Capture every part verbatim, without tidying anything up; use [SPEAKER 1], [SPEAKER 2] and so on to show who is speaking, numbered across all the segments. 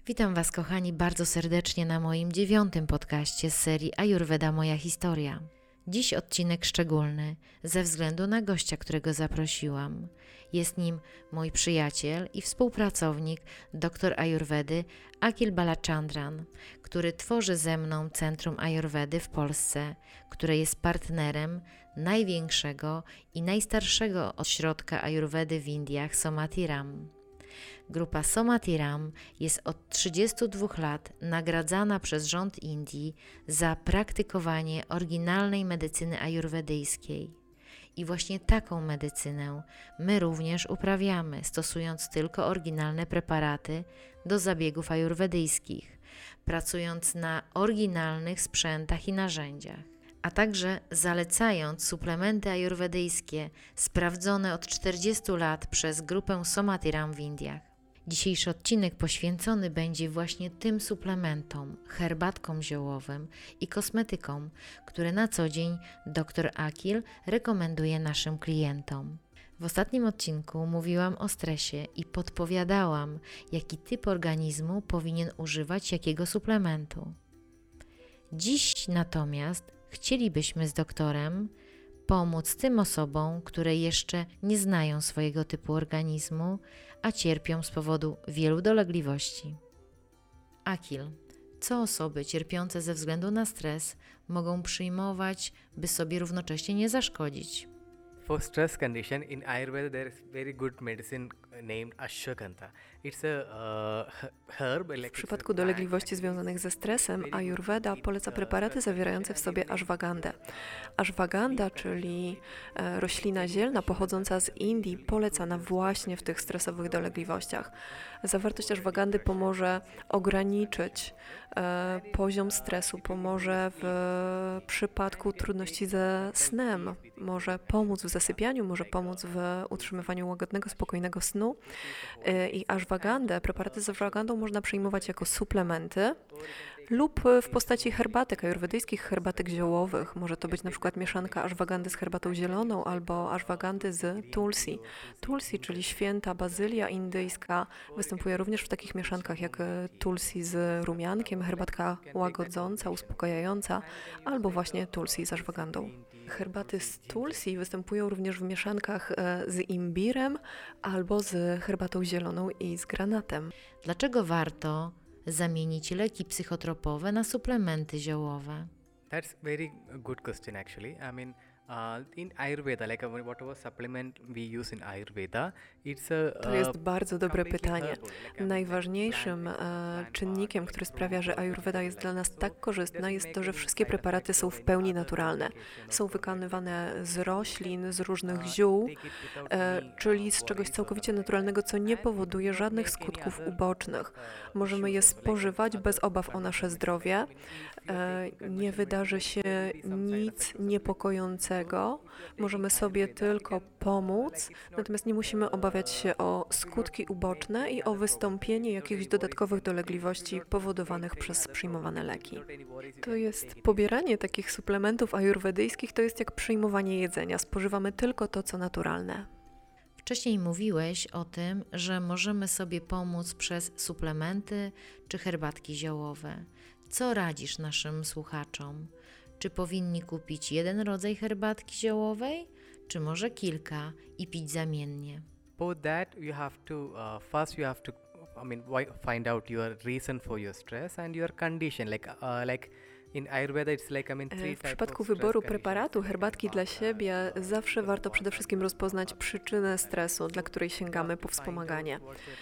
[SPEAKER 1] Witam Was, kochani, bardzo serdecznie na moim dziewiątym podcaście z serii Ayurveda Moja Historia. Dziś odcinek szczególny ze względu na gościa, którego zaprosiłam. Jest nim mój przyjaciel i współpracownik, doktor Ayurvedy Akhil Balachandran, który tworzy ze mną Centrum Ayurvedy w Polsce, które jest partnerem największego i najstarszego ośrodka Ayurvedy w Indiach, Somatiram. Grupa Somatiram jest od trzydziestu dwóch lat nagradzana przez rząd Indii za praktykowanie oryginalnej medycyny ajurwedyjskiej. I właśnie taką medycynę my również uprawiamy, stosując tylko oryginalne preparaty do zabiegów ajurwedyjskich, pracując na oryginalnych sprzętach i narzędziach, a także zalecając suplementy ajurwedyjskie sprawdzone od czterdziestu lat przez grupę Somatiram w Indiach. Dzisiejszy odcinek poświęcony będzie właśnie tym suplementom, herbatkom ziołowym i kosmetykom, które na co dzień dr Akhil rekomenduje naszym klientom. W ostatnim odcinku mówiłam o stresie i podpowiadałam, jaki typ organizmu powinien używać jakiego suplementu. Dziś natomiast chcielibyśmy z doktorem pomóc tym osobom, które jeszcze nie znają swojego typu organizmu, a cierpią z powodu wielu dolegliwości. Akhil, co osoby cierpiące ze względu na stres mogą przyjmować, by sobie równocześnie nie zaszkodzić?
[SPEAKER 2] For stress condition in Ayurveda there is very good medicine named Ashwagandha. It's a uh, herb. Like
[SPEAKER 3] w przypadku dolegliwości związanych ze stresem Ayurveda poleca preparaty zawierające w sobie ashwagandę. Ashwagandha, czyli e, roślina zielna pochodząca z Indii, polecana właśnie w tych stresowych dolegliwościach. Zawartość ashwagandy pomoże ograniczyć e, poziom stresu, pomoże w przypadku trudności ze snem, może pomóc w zasypianiu, może pomóc w utrzymywaniu łagodnego, spokojnego snu. E, I ashwagandę, preparaty z ashwagandą można przyjmować jako suplementy lub w postaci herbatek, ajurwedyjskich herbatek ziołowych. Może to być na przykład mieszanka ashwagandy z herbatą zieloną albo ashwagandy z tulsi. Tulsi, czyli święta bazylia indyjska, występuje również w takich mieszankach jak tulsi z rumiankiem, herbatka łagodząca, uspokajająca, albo właśnie tulsi z ashwagandą. Herbaty z tulsi występują również w mieszankach z imbirem albo z herbatą zieloną i z granatem.
[SPEAKER 1] Dlaczego warto zamienić leki psychotropowe na suplementy ziołowe?
[SPEAKER 2] That's very good question actually. I mean, uh, in Ayurveda, like whatever supplement we use in Ayurveda, it's a, uh,
[SPEAKER 3] To jest bardzo dobre pytanie. Najważniejszym e, czynnikiem, który sprawia, że Ayurveda jest dla nas tak korzystna, jest to, że wszystkie preparaty są w pełni naturalne. Są wykonywane z roślin, z różnych ziół, e, czyli z czegoś całkowicie naturalnego, co nie powoduje żadnych skutków ubocznych. Możemy je spożywać bez obaw o nasze zdrowie. E, nie wydarzy się nic niepokojącego. Możemy sobie tylko pomóc, natomiast nie musimy obawiać się o skutki uboczne i o wystąpienie jakichś dodatkowych dolegliwości powodowanych przez przyjmowane leki. To jest pobieranie takich suplementów ajurwedyjskich, to jest jak przyjmowanie jedzenia. Spożywamy tylko to, co naturalne.
[SPEAKER 1] Wcześniej mówiłeś o tym, że możemy sobie pomóc przez suplementy czy herbatki ziołowe. Co radzisz naszym słuchaczom? Czy powinni kupić jeden rodzaj herbatki ziołowej, czy może kilka i pić zamiennie?
[SPEAKER 2] For that you have to uh, first you have to I mean find out your reason for your stress and your condition, like uh, like in Ayurveda it's like I mean three
[SPEAKER 3] W przypadku wyboru preparatu, herbatki dla siebie, zawsze warto przede wszystkim rozpoznać przyczynę stresu, dla której sięgamy po wspomaganie.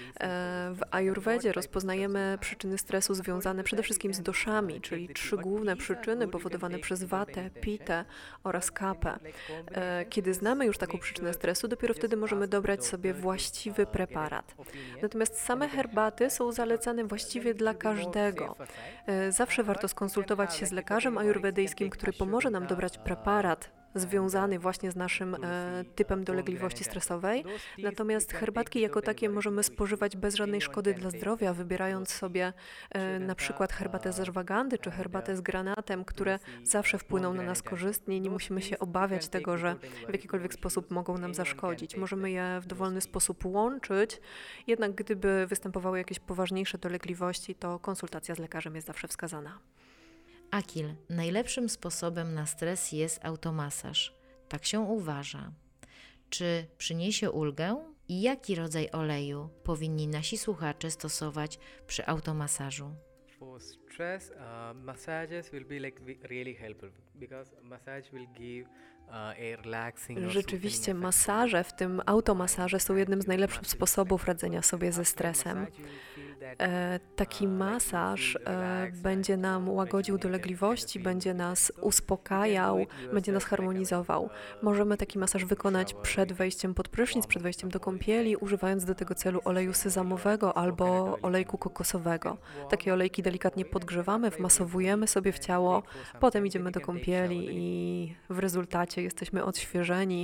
[SPEAKER 3] W Ayurvedzie rozpoznajemy przyczyny stresu związane przede wszystkim z doszami, czyli trzy główne przyczyny powodowane przez watę, pitę oraz kapę. Kiedy znamy już taką przyczynę stresu, dopiero wtedy możemy dobrać sobie właściwy preparat. Natomiast same herbaty są zalecane właściwie dla każdego. Zawsze warto skonsultować się z lekarzem ajurwedyjskim, który pomoże nam dobrać preparat związany właśnie z naszym typem dolegliwości stresowej. Natomiast herbatki jako takie możemy spożywać bez żadnej szkody dla zdrowia, wybierając sobie na przykład herbatę z ashwagandy czy herbatę z granatem, które zawsze wpłyną na nas korzystnie. Nie musimy się obawiać tego, że w jakikolwiek sposób mogą nam zaszkodzić. Możemy je w dowolny sposób łączyć, jednak gdyby występowały jakieś poważniejsze dolegliwości, to konsultacja z lekarzem jest zawsze wskazana.
[SPEAKER 1] Akil, najlepszym sposobem na stres jest automasaż. Tak się uważa. Czy przyniesie ulgę i jaki rodzaj oleju powinni nasi słuchacze stosować przy automasażu?
[SPEAKER 2] For stress, uh, massages will be like really helpful because massage will give uh, a relaxing.
[SPEAKER 3] Rzeczywiście masaże, w tym automasaże, są jednym z najlepszych sposobów radzenia sobie ze stresem. E, taki masaż e, będzie nam łagodził dolegliwości, będzie nas uspokajał, będzie nas harmonizował. Możemy taki masaż wykonać przed wejściem pod prysznic, przed wejściem do kąpieli, używając do tego celu oleju sezamowego albo olejku kokosowego. Takie olejki delikatnie podgrzewamy, wmasowujemy sobie w ciało, potem idziemy do kąpieli i w rezultacie jesteśmy odświeżeni,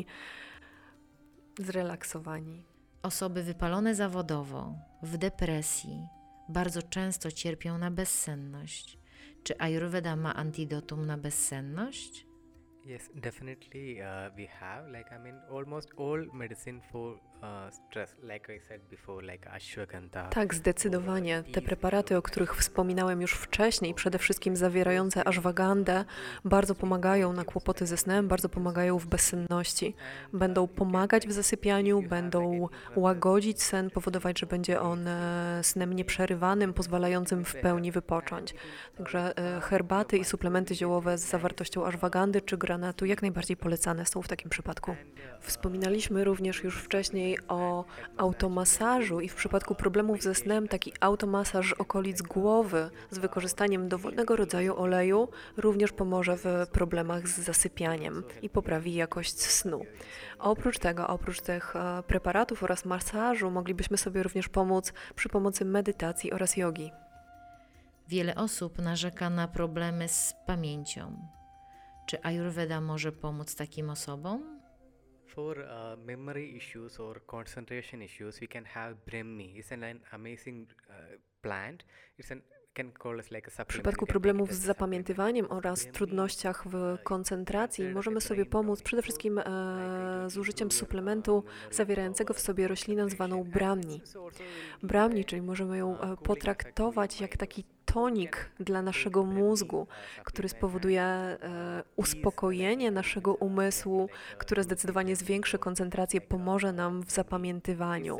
[SPEAKER 3] zrelaksowani.
[SPEAKER 1] Osoby wypalone zawodowo, w depresji, bardzo często cierpią na bezsenność. Czy Ayurveda ma antidotum na bezsenność?
[SPEAKER 2] Yes, definitely uh, we have. Like I mean, almost all medicine for uh, stress, like I said before, like ashwagandha.
[SPEAKER 3] Tak, zdecydowanie. Te preparaty, o których wspominałem już wcześniej, przede wszystkim zawierające ashwagandę, bardzo pomagają na kłopoty ze snem, bardzo pomagają w bezsenności. Będą pomagać w zasypianiu, będą łagodzić sen, powodować, że będzie on snem nieprzerywanym, pozwalającym w pełni wypocząć. Także herbaty i suplementy ziołowe z zawartością ashwagandy czy granatu jak najbardziej polecane są w takim przypadku. Wspominaliśmy również już wcześniej o automasażu i w przypadku problemów ze snem taki automasaż okolic głowy z wykorzystaniem dowolnego rodzaju oleju również pomoże w problemach z zasypianiem i poprawi jakość snu. Oprócz tego, oprócz tych preparatów oraz masażu moglibyśmy sobie również pomóc przy pomocy medytacji oraz jogi.
[SPEAKER 1] Wiele osób narzeka na problemy z pamięcią. Czy Ayurveda może pomóc takim osobom?
[SPEAKER 2] For uh, memory issues or concentration issues, we can have Brahmi. It's an, an amazing uh, plant. It's an can call it like a
[SPEAKER 3] W
[SPEAKER 2] supplement.
[SPEAKER 3] przypadku problemów z zapamiętywaniem oraz trudnościach w koncentracji możemy sobie pomóc przede wszystkim e, z użyciem suplementu zawierającego w sobie roślinę zwaną Brahmi. Brahmi, czyli możemy ją e, potraktować jak taki tonik dla naszego mózgu, który spowoduje e, uspokojenie naszego umysłu, które zdecydowanie zwiększy koncentrację, pomoże nam w zapamiętywaniu.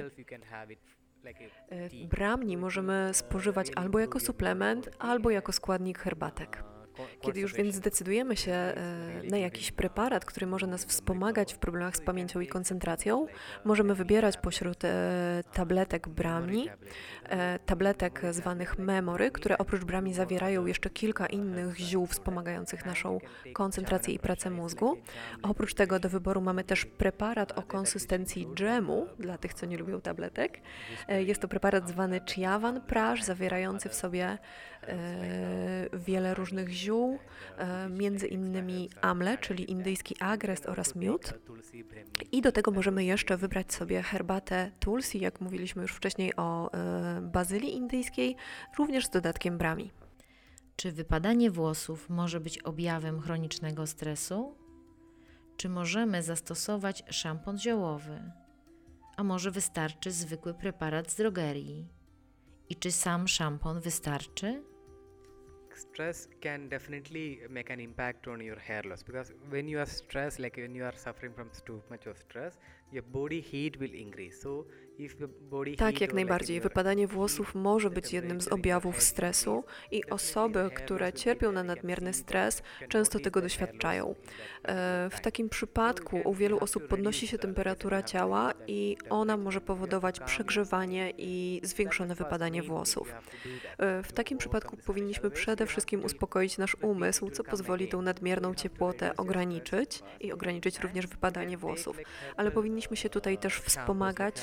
[SPEAKER 3] Brahmi możemy spożywać albo jako suplement, albo jako składnik herbatek. Kiedy już więc zdecydujemy się na jakiś preparat, który może nas wspomagać w problemach z pamięcią i koncentracją, możemy wybierać pośród tabletek Brahmi, tabletek zwanych memory, które oprócz Brahmi zawierają jeszcze kilka innych ziół wspomagających naszą koncentrację i pracę mózgu. Oprócz tego do wyboru mamy też preparat o konsystencji dżemu, dla tych, co nie lubią tabletek. Jest to preparat zwany Chyavan Prash, zawierający w sobie wiele różnych ziół, między innymi amle, czyli indyjski agrest oraz miód. I do tego możemy jeszcze wybrać sobie herbatę tulsi, jak mówiliśmy już wcześniej o bazylii indyjskiej, również z dodatkiem Brahmi.
[SPEAKER 1] Czy wypadanie włosów może być objawem chronicznego stresu? Czy możemy zastosować szampon ziołowy? A może wystarczy zwykły preparat z drogerii? I czy sam szampon wystarczy?
[SPEAKER 2] Stress can definitely make an impact on your hair loss because when you are stressed, like when you are suffering from too much of stress, your body heat will increase. So if the body
[SPEAKER 3] Tak,
[SPEAKER 2] heat
[SPEAKER 3] jak
[SPEAKER 2] or
[SPEAKER 3] najbardziej.
[SPEAKER 2] like your
[SPEAKER 3] Wypadanie włosów może być jednym z objawów stresu i osoby, które cierpią na nadmierny stres, często tego doświadczają. W takim przypadku u wielu osób podnosi się temperatura ciała i ona może powodować przegrzewanie i zwiększone wypadanie włosów. W takim przypadku powinniśmy przede wszystkim uspokoić nasz umysł, co pozwoli tą nadmierną ciepłotę ograniczyć i ograniczyć również wypadanie włosów. Ale powinniśmy się tutaj też wspomagać szamponami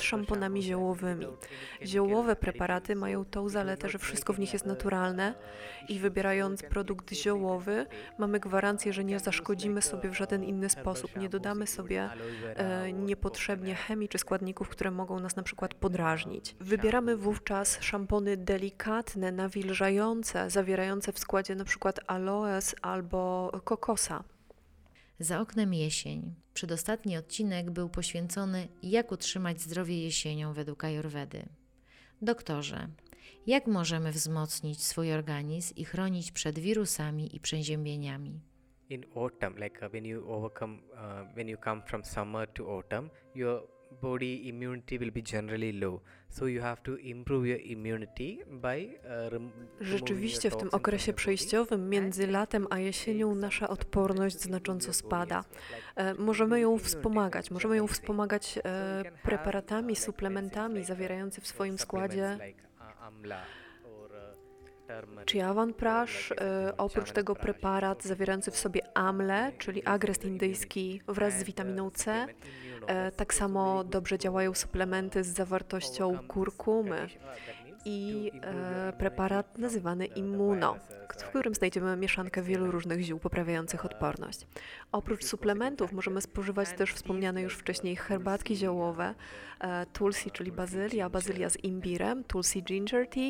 [SPEAKER 3] odmianami ziołowymi. Ziołowe preparaty mają tą zaletę, że wszystko w nich jest naturalne i wybierając produkt ziołowy mamy gwarancję, że nie zaszkodzimy sobie w żaden inny sposób, nie dodamy sobie e, niepotrzebnie chemii czy składników, które mogą nas na przykład podrażnić. Wybieramy wówczas szampony delikatne, nawilżające, zawierające w składzie na przykład aloes albo kokosa.
[SPEAKER 1] Za oknem jesień. Przedostatni odcinek był poświęcony, jak utrzymać zdrowie jesienią według Ajurwedy. Doktorze, jak możemy wzmocnić swój organizm i chronić przed wirusami i przeziębieniami?
[SPEAKER 2] In autumn, like uh, when you overcome, uh, when you come from summer to autumn, your body immunity will be generally low. So you have to improve your immunity by uh, rem-
[SPEAKER 3] Rzeczywiście w tym okresie przejściowym między latem a jesienią nasza odporność znacząco spada. E, możemy ją wspomagać, możemy ją wspomagać e, preparatami, suplementami zawierający w swoim składzie Chyavanprash, e, oprócz tego preparat zawierający w sobie amle, czyli agrest indyjski wraz z witaminą C. E, tak samo dobrze działają suplementy z zawartością kurkumy i e, preparat nazywany Immuno, w którym znajdziemy mieszankę wielu różnych ziół poprawiających odporność. Oprócz suplementów możemy spożywać też wspomniane już wcześniej herbatki ziołowe, e, tulsi, czyli bazylia, bazylia z imbirem, tulsi ginger tea,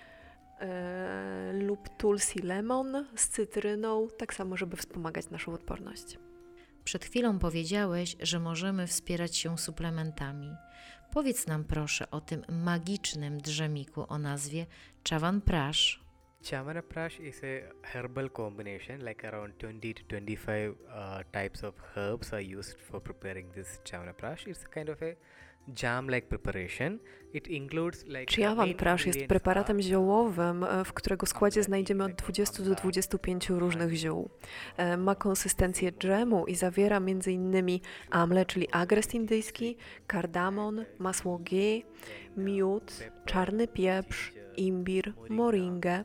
[SPEAKER 3] E, lub tulsi lemon z cytryną, tak samo, żeby wspomagać naszą odporność.
[SPEAKER 1] Przed chwilą powiedziałeś, że możemy wspierać się suplementami. Powiedz nam proszę o tym magicznym drzemiku o nazwie Chyavanprash.
[SPEAKER 2] Chyavanprash is a herbal combination, like around twenty to twenty-five uh, types of herbs are used for preparing this Chyavanprash. It's a kind of a jam-like preparation. It includes like
[SPEAKER 3] Chyavanprash jest preparatem ziołowym, w którego składzie znajdziemy od dwudziestu do dwudziestu pięciu różnych ziół. Ma konsystencję dżemu i zawiera m.in. amle, czyli agrest indyjski, kardamon, masło ghee, miód, czarny pieprz, imbir, moringę,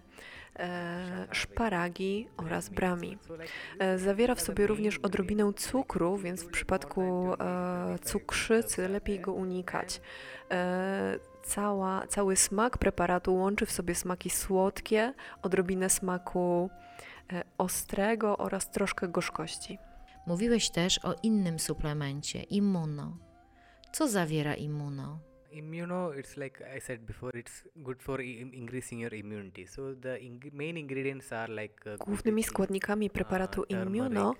[SPEAKER 3] E, szparagi oraz brahmi. E, zawiera w sobie również odrobinę cukru, więc w przypadku e, cukrzycy lepiej go unikać. E, cała, cały smak preparatu łączy w sobie smaki słodkie, odrobinę smaku e, ostrego oraz troszkę gorzkości.
[SPEAKER 1] Mówiłeś też o innym suplemencie, Immuno. Co zawiera Immuno?
[SPEAKER 2] Immuno, it's like I said before, it's good for im- increasing your immunity. So the ing- main ingredients are like uh,
[SPEAKER 3] Głównymi składnikami preparatu
[SPEAKER 2] uh, turmeric,
[SPEAKER 3] Immuno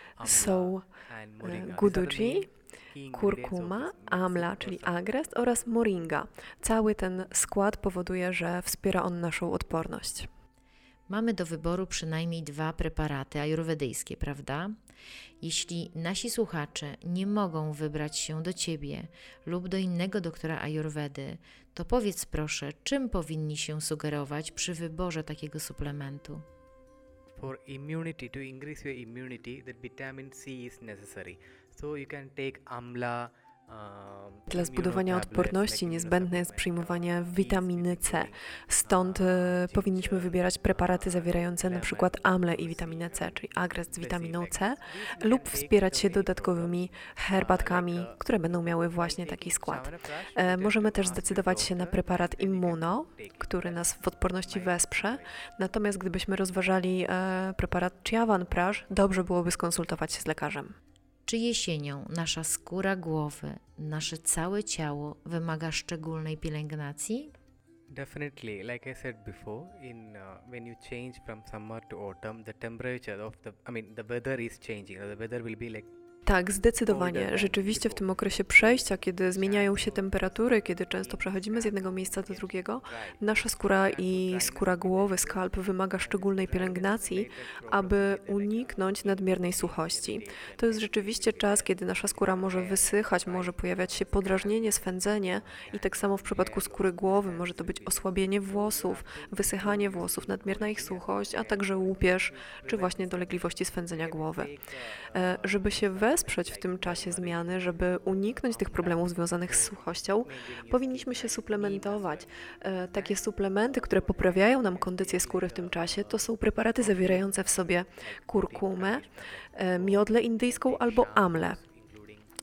[SPEAKER 3] są
[SPEAKER 2] and moringa.
[SPEAKER 3] guduji, kurkuma, amla, czyli agrest oraz moringa. Cały ten skład powoduje, że wspiera on naszą odporność.
[SPEAKER 1] Mamy do wyboru przynajmniej dwa preparaty ajurwedyjskie, prawda? Jeśli nasi słuchacze nie mogą wybrać się do Ciebie lub do innego doktora ajurwedy, to powiedz proszę, czym powinni się sugerować przy wyborze takiego suplementu?
[SPEAKER 2] For immunity, to increase your immunity, that vitamin C is necessary. So you can take amla.
[SPEAKER 3] Dla zbudowania odporności niezbędne jest przyjmowanie witaminy C. Stąd e, powinniśmy wybierać preparaty zawierające np. amle i witaminę C, czyli agrest z witaminą C, lub wspierać się dodatkowymi herbatkami, które będą miały właśnie taki skład. E, możemy też zdecydować się na preparat Immuno, który nas w odporności wesprze, natomiast gdybyśmy rozważali e, preparat Chyavanprash, dobrze byłoby skonsultować się z lekarzem.
[SPEAKER 1] Czy jesienią nasza skóra głowy, nasze całe ciało wymaga szczególnej pielęgnacji?
[SPEAKER 2] Definitely, like I said before, in uh, when you change from summer to autumn, the temperature of the, I mean, the weather is changing. The weather will be like
[SPEAKER 3] Tak, zdecydowanie. Rzeczywiście w tym okresie przejścia, kiedy zmieniają się temperatury, kiedy często przechodzimy z jednego miejsca do drugiego, nasza skóra i skóra głowy, skalp wymaga szczególnej pielęgnacji, aby uniknąć nadmiernej suchości. To jest rzeczywiście czas, kiedy nasza skóra może wysychać, może pojawiać się podrażnienie, swędzenie i tak samo w przypadku skóry głowy może to być osłabienie włosów, wysychanie włosów, nadmierna ich suchość, a także łupież, czy właśnie dolegliwości swędzenia głowy. E, żeby się wesprzeć w tym czasie zmiany, żeby uniknąć tych problemów związanych z suchością, powinniśmy się suplementować. E, takie suplementy, które poprawiają nam kondycję skóry w tym czasie, to są preparaty zawierające w sobie kurkumę, e, miodlę indyjską albo amlę.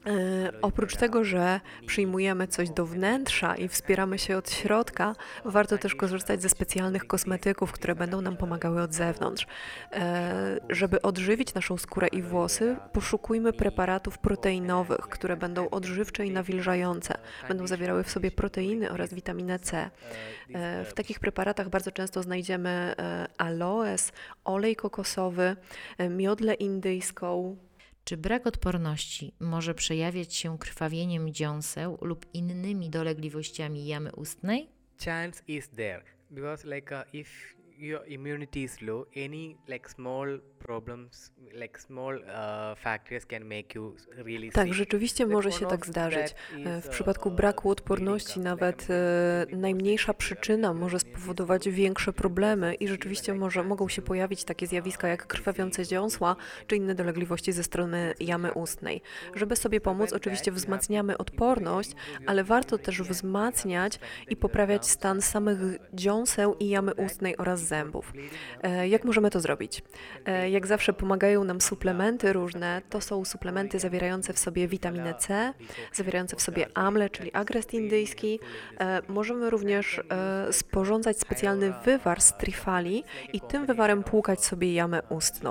[SPEAKER 3] E, oprócz tego, że przyjmujemy coś do wnętrza i wspieramy się od środka, warto też korzystać ze specjalnych kosmetyków, które będą nam pomagały od zewnątrz. E, żeby odżywić naszą skórę i włosy, poszukujmy preparatów proteinowych, które będą odżywcze i nawilżające. Będą zawierały w sobie proteiny oraz witaminę C. E, w takich preparatach bardzo często znajdziemy e, aloes, olej kokosowy, e, miodlę indyjską.
[SPEAKER 1] Czy brak odporności może przejawiać się krwawieniem dziąseł lub innymi dolegliwościami jamy ustnej?
[SPEAKER 2] Chance is there because like uh, if your immunity is low, any like small problems, like small uh, factors can make you really
[SPEAKER 3] Tak,
[SPEAKER 2] sick.
[SPEAKER 3] rzeczywiście
[SPEAKER 2] Like
[SPEAKER 3] może
[SPEAKER 2] one
[SPEAKER 3] się
[SPEAKER 2] of
[SPEAKER 3] tak zdarzyć.
[SPEAKER 2] that is,
[SPEAKER 3] W
[SPEAKER 2] uh,
[SPEAKER 3] przypadku
[SPEAKER 2] uh,
[SPEAKER 3] braku
[SPEAKER 2] bleeding
[SPEAKER 3] odporności
[SPEAKER 2] comes,
[SPEAKER 3] nawet
[SPEAKER 2] like, I
[SPEAKER 3] e,
[SPEAKER 2] mean,
[SPEAKER 3] najmniejsza przyczyna może spowodować większe problemy i rzeczywiście może, mogą się pojawić takie zjawiska jak krwawiące dziąsła czy inne dolegliwości ze strony jamy ustnej. Żeby sobie pomóc, oczywiście wzmacniamy odporność, ale warto też wzmacniać i poprawiać stan samych dziąseł i jamy ustnej oraz zębów. E, Jak możemy to zrobić? E, Jak zawsze pomagają nam suplementy różne. To są suplementy zawierające w sobie witaminę C, zawierające w sobie amle, czyli agrest indyjski. E, możemy również e, sporządzać specjalny wywar z trifali i tym wywarem płukać sobie jamę ustną.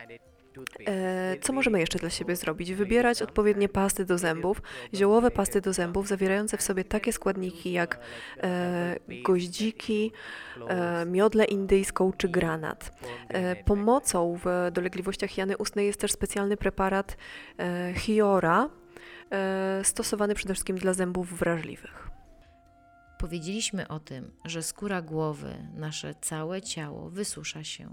[SPEAKER 3] E, Co możemy jeszcze dla siebie zrobić? Wybierać odpowiednie pasty do zębów, ziołowe pasty do zębów zawierające w sobie takie składniki jak e, goździki, e, miodlę indyjską czy granat. E, pomocą w dolegliwościach jamy ustnej jest też specjalny preparat e, Hiora, e, stosowany przede wszystkim dla zębów wrażliwych.
[SPEAKER 1] Powiedzieliśmy o tym, że skóra głowy, nasze całe ciało wysusza się,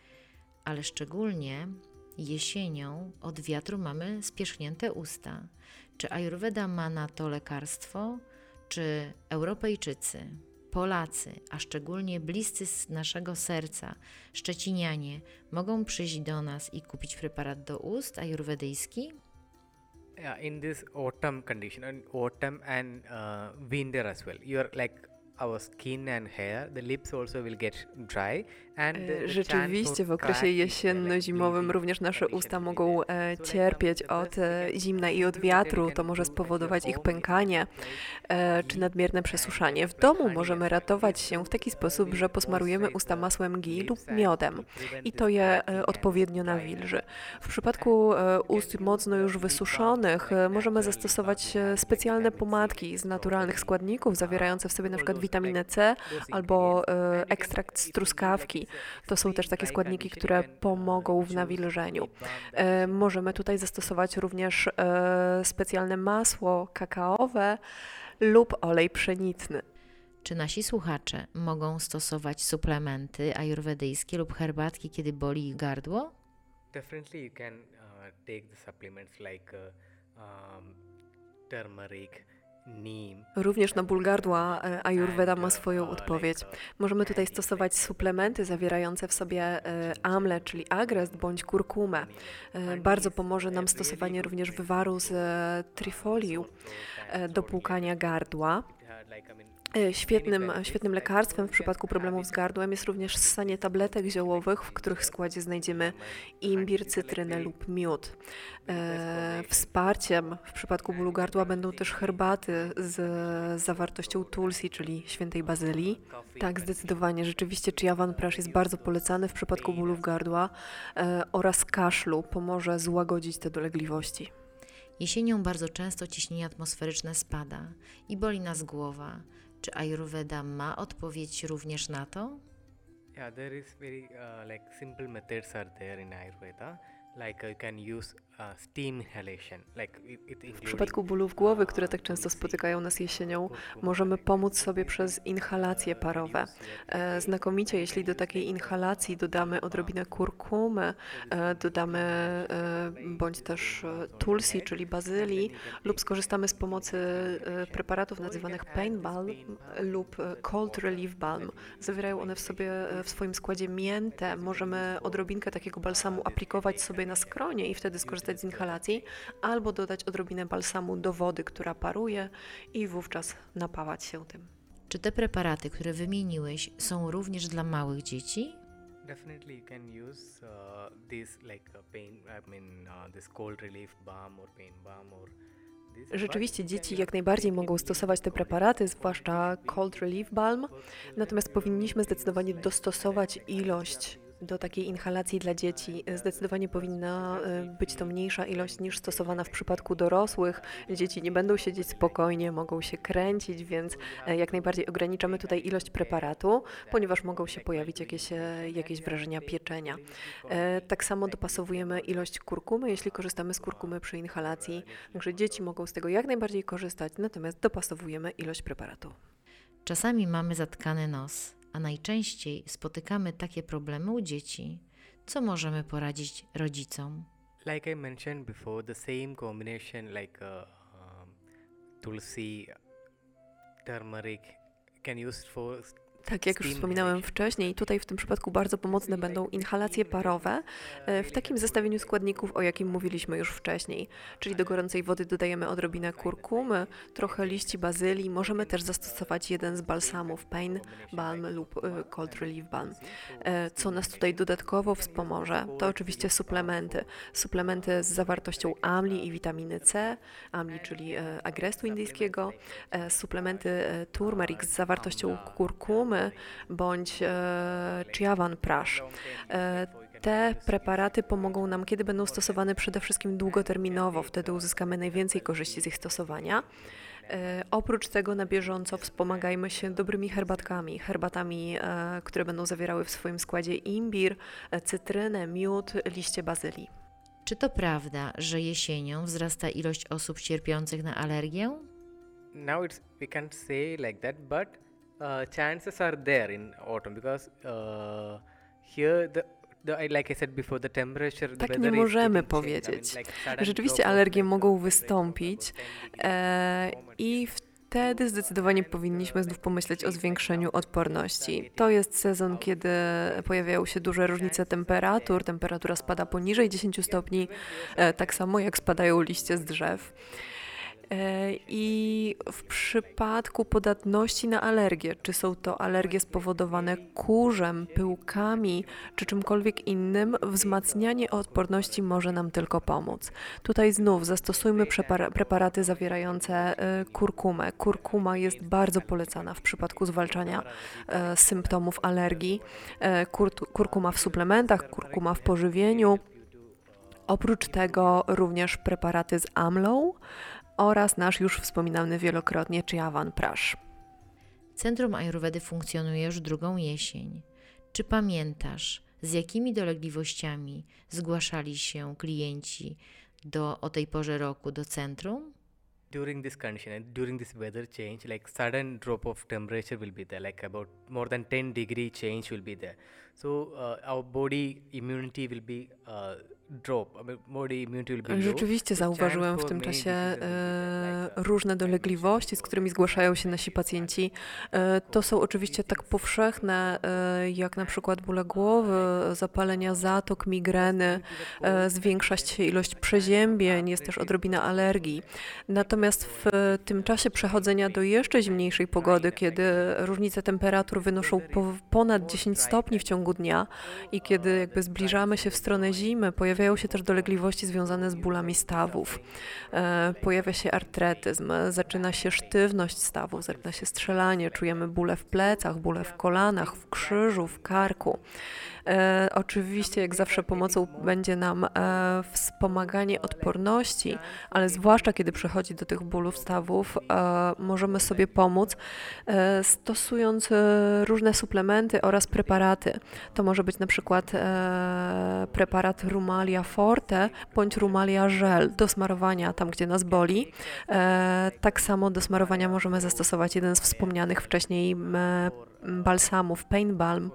[SPEAKER 1] ale szczególnie jesienią od wiatru mamy spierzchnięte usta. Czy Ajurweda ma na to lekarstwo? Czy Europejczycy, Polacy, a szczególnie bliscy z naszego serca, Szczecinianie, mogą przyjść do nas i kupić preparat do ust ajurwedyjski?
[SPEAKER 2] Yeah, in this autumn condition, and autumn and uh, winter as well, you're like our skin and hair, the lips also will get dry and the, the
[SPEAKER 3] Rzeczywiście w okresie jesienno-zimowym również nasze usta mogą e, cierpieć od e, zimna i od wiatru. To może spowodować ich pękanie e, czy nadmierne przesuszanie. W domu możemy ratować się w taki sposób, że posmarujemy usta masłem ghee lub miodem i to je e, odpowiednio nawilży. W przypadku e, ust mocno już wysuszonych e, możemy zastosować e, specjalne pomadki z naturalnych składników zawierające w sobie np. witaminę C albo e, ekstrakt z truskawki. To są też takie składniki, które pomogą w nawilżeniu. E, możemy tutaj zastosować również e, specjalne masło kakaowe lub olej pszeniczny.
[SPEAKER 1] Czy nasi słuchacze mogą stosować suplementy ajurwedyjskie lub herbatki, kiedy boli ich gardło?
[SPEAKER 2] Definitely you can uh, take the supplements like uh, um, turmeric, neem.
[SPEAKER 3] Również na ból gardła e, Ajurweda ma swoją odpowiedź. Możemy tutaj stosować suplementy zawierające w sobie e, amle, czyli agrest bądź kurkumę. E, bardzo pomoże nam stosowanie również wywaru z e, trifoliu e, do płukania gardła. E, Świetnym, świetnym lekarstwem w przypadku problemów z gardłem jest również ssanie tabletek ziołowych, w których składzie znajdziemy imbir, cytrynę lub miód. E, wsparciem w przypadku bólu gardła będą też herbaty z zawartością tulsi, czyli świętej bazylii. Tak, zdecydowanie. Rzeczywiście Chyawanprash jest bardzo polecany w przypadku bólów gardła e, oraz kaszlu. Pomoże złagodzić te dolegliwości.
[SPEAKER 1] Jesienią bardzo często ciśnienie atmosferyczne spada i boli nas głowa. Czy Ajurweda ma odpowiedź również na to?
[SPEAKER 2] Yeah, there is very uh, like simple methods are there in Ayurveda. Like uh, you can use uh, steam inhalation. Like it, it
[SPEAKER 3] W przypadku bólów głowy, które tak często spotykają nas jesienią, możemy pomóc sobie przez inhalacje parowe. E, znakomicie, jeśli do takiej inhalacji dodamy odrobinę kurkumy, e, dodamy e, bądź też e, tulsi, czyli bazylii, lub skorzystamy z pomocy e, preparatów nazywanych pain balm lub e, cold relief balm. Zawierają one w sobie e, w swoim składzie miętę. Możemy odrobinkę takiego balsamu aplikować sobie na skronie i wtedy skorzystać z inhalacji, albo dodać odrobinę balsamu do wody, która paruje i wówczas napawać się tym.
[SPEAKER 1] Czy te preparaty, które wymieniłeś, są również dla małych dzieci?
[SPEAKER 2] Definitely you can use uh, this like uh, pain, I mean uh, this cold relief balm or pain balm or
[SPEAKER 3] Rzeczywiście dzieci jak najbardziej mogą stosować te preparaty, zwłaszcza Cold Relief Balm, natomiast powinniśmy zdecydowanie dostosować ilość do takiej inhalacji dla dzieci. Zdecydowanie powinna być to mniejsza ilość niż stosowana w przypadku dorosłych. Dzieci nie będą siedzieć spokojnie, mogą się kręcić, więc jak najbardziej ograniczamy tutaj ilość preparatu, ponieważ mogą się pojawić jakieś, jakieś wrażenia pieczenia. Tak samo dopasowujemy ilość kurkumy, jeśli korzystamy z kurkumy przy inhalacji. Także dzieci mogą z tego jak najbardziej korzystać, natomiast dopasowujemy ilość preparatu.
[SPEAKER 1] Czasami mamy zatkany nos, a najczęściej spotykamy takie problemy u dzieci. Co możemy poradzić rodzicom?
[SPEAKER 2] Like I mentioned before, the same combination like uh, um, tulsi, turmeric can use for
[SPEAKER 3] Tak jak już wspominałem wcześniej, tutaj w tym przypadku bardzo pomocne będą inhalacje parowe w takim zestawieniu składników, o jakim mówiliśmy już wcześniej. Czyli do gorącej wody dodajemy odrobinę kurkumy, trochę liści bazylii, możemy też zastosować jeden z balsamów, Pain Balm lub Cold Relief Balm. Co nas tutaj dodatkowo wspomoże, to oczywiście suplementy. Suplementy z zawartością amli i witaminy C, amli, czyli agrestu indyjskiego, suplementy turmeric z zawartością kurkumy, bądź e, Chyawan Prash. E, te preparaty pomogą nam, kiedy będą stosowane przede wszystkim długoterminowo, wtedy uzyskamy najwięcej korzyści z ich stosowania. E, oprócz tego na bieżąco wspomagajmy się dobrymi herbatkami, herbatami, e, które będą zawierały w swoim składzie imbir, e, cytrynę, miód, liście bazylii.
[SPEAKER 1] Czy to prawda, że jesienią wzrasta ilość osób cierpiących na alergię?
[SPEAKER 2] Now it's we can't say like that, but Uh, chances are there in autumn because uh, here the, the like I said before the temperature the
[SPEAKER 3] Tak nie możemy powiedzieć. Rzeczywiście alergie mogą wystąpić e, i wtedy zdecydowanie powinniśmy znów pomyśleć o zwiększeniu odporności. To jest sezon, kiedy pojawiają się duże różnice temperatur, temperatura spada poniżej dziesięć stopni, e, tak samo jak spadają liście z drzew. I w przypadku podatności na alergie, czy są to alergie spowodowane kurzem, pyłkami, czy czymkolwiek innym, wzmacnianie odporności może nam tylko pomóc. Tutaj znów zastosujmy prepar- preparaty zawierające kurkumę. Kurkuma jest bardzo polecana w przypadku zwalczania e, symptomów alergii. E, kur- kurkuma w suplementach, kurkuma w pożywieniu. Oprócz tego również preparaty z amlą oraz nasz już wspominany wielokrotnie Chyawan Prash.
[SPEAKER 1] Centrum Ajurwedy funkcjonuje już drugą jesień. Czy pamiętasz, z jakimi dolegliwościami zgłaszali się klienci do, o tej porze roku do centrum?
[SPEAKER 2] During this condition and during this weather change, like sudden drop of temperature will be there, like about more than ten degree change will be there. So uh, our body immunity will be uh, drop. I mean, body immunity will be low.
[SPEAKER 3] Rzeczywiście zauważyłem w tym czasie e, różne dolegliwości, z którymi zgłaszają się nasi pacjenci. E, to są oczywiście tak powszechne, e, jak na przykład bóle głowy, zapalenia zatok, migreny, e, zwiększa się ilość przeziębień, jest też odrobina alergii. Natomiast w tym czasie przechodzenia do jeszcze zimniejszej pogody, kiedy różnice temperatur wynoszą po, ponad dziesięć stopni w ciągu dnia i kiedy jakby zbliżamy się w stronę zimy, pojawiają się też dolegliwości związane z bólami stawów. E, pojawia się artretyzm, zaczyna się sztywność stawów, zaczyna się strzelanie, czujemy bóle w plecach, bóle w kolanach, w krzyżu, w karku. E, oczywiście, jak zawsze, pomocą będzie nam e, wspomaganie odporności, ale zwłaszcza kiedy przychodzi do tych bólów stawów, e, możemy sobie pomóc e, stosując e, różne suplementy oraz preparaty. To może być na przykład e, preparat Rumalia Forte bądź Rumalia Gel do smarowania tam, gdzie nas boli. E, tak samo do smarowania możemy zastosować jeden z wspomnianych wcześniej e, balsamów, Pain Balm.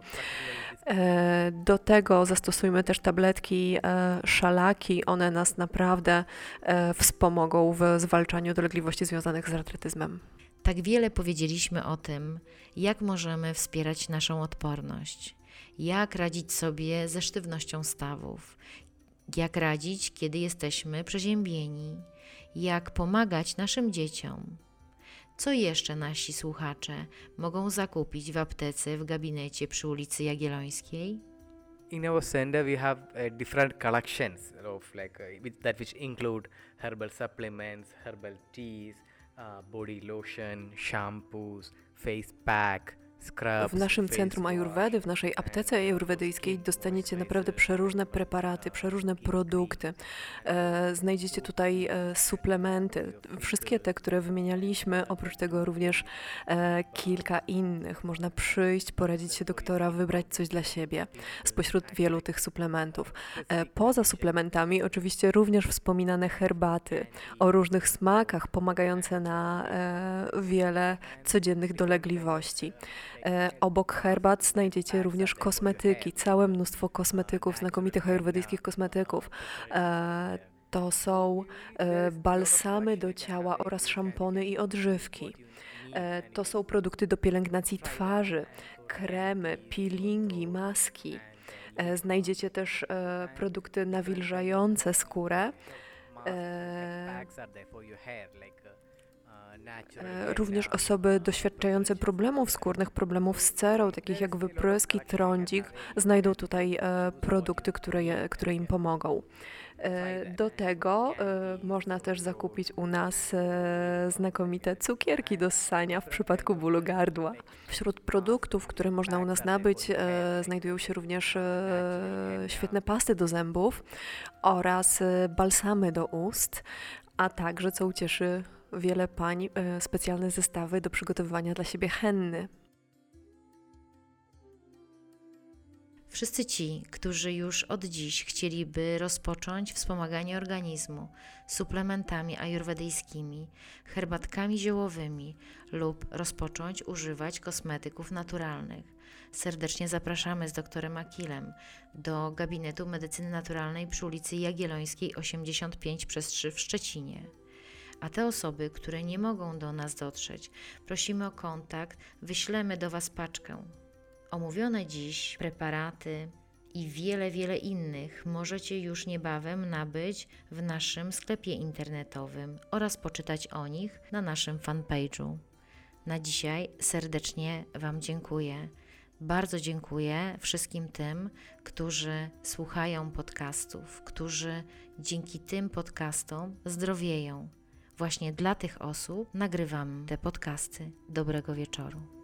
[SPEAKER 3] Do tego zastosujmy też tabletki szalaki, one nas naprawdę wspomogą w zwalczaniu dolegliwości związanych z artretyzmem.
[SPEAKER 1] Tak wiele powiedzieliśmy o tym, jak możemy wspierać naszą odporność, jak radzić sobie ze sztywnością stawów, jak radzić, kiedy jesteśmy przeziębieni, jak pomagać naszym dzieciom. Co jeszcze nasi słuchacze mogą zakupić w aptece w gabinecie przy ulicy Jagiellońskiej?
[SPEAKER 2] in our center we have uh, different collections of like uh, with that which include herbal supplements, herbal teas, uh, body lotion, shampoos, face pack,
[SPEAKER 3] W naszym centrum Ajurwedy, w naszej aptece ajurwedyjskiej dostaniecie naprawdę przeróżne preparaty, przeróżne produkty. E, znajdziecie tutaj e, suplementy, wszystkie te, które wymienialiśmy, oprócz tego również e, kilka innych. Można przyjść, poradzić się doktora, wybrać coś dla siebie spośród wielu tych suplementów. E, poza suplementami oczywiście również wspominane herbaty o różnych smakach, pomagające na e, wiele codziennych dolegliwości. E, obok herbat znajdziecie również kosmetyki, całe mnóstwo kosmetyków, znakomitych ajurwedyjskich kosmetyków. E, to są e, balsamy do ciała oraz szampony i odżywki. E, to są produkty do pielęgnacji twarzy, kremy, peelingi, maski. E, znajdziecie też e, produkty nawilżające skórę. E, Również osoby doświadczające problemów skórnych, problemów z cerą, takich jak wypryski, trądzik, znajdą tutaj e, produkty, które, je, które im pomogą. E, do tego e, można też zakupić u nas e, znakomite cukierki do ssania w przypadku bólu gardła. Wśród produktów, które można u nas nabyć, e, znajdują się również e, świetne pasty do zębów oraz e, balsamy do ust, a także, co ucieszy wiele pań, specjalne zestawy do przygotowywania dla siebie henny.
[SPEAKER 1] Wszyscy ci, którzy już od dziś chcieliby rozpocząć wspomaganie organizmu suplementami ajurwedyjskimi, herbatkami ziołowymi lub rozpocząć używać kosmetyków naturalnych, serdecznie zapraszamy z doktorem Akilem do gabinetu medycyny naturalnej przy ulicy Jagiellońskiej osiemdziesiąt pięć przez trzy w Szczecinie. A te osoby, które nie mogą do nas dotrzeć, prosimy o kontakt, wyślemy do Was paczkę. Omówione dziś preparaty i wiele, wiele innych możecie już niebawem nabyć w naszym sklepie internetowym oraz poczytać o nich na naszym fanpage'u. Na dzisiaj serdecznie Wam dziękuję. Bardzo dziękuję wszystkim tym, którzy słuchają podcastów, którzy dzięki tym podcastom zdrowieją. Właśnie dla tych osób nagrywam te podcasty. Dobrego wieczoru.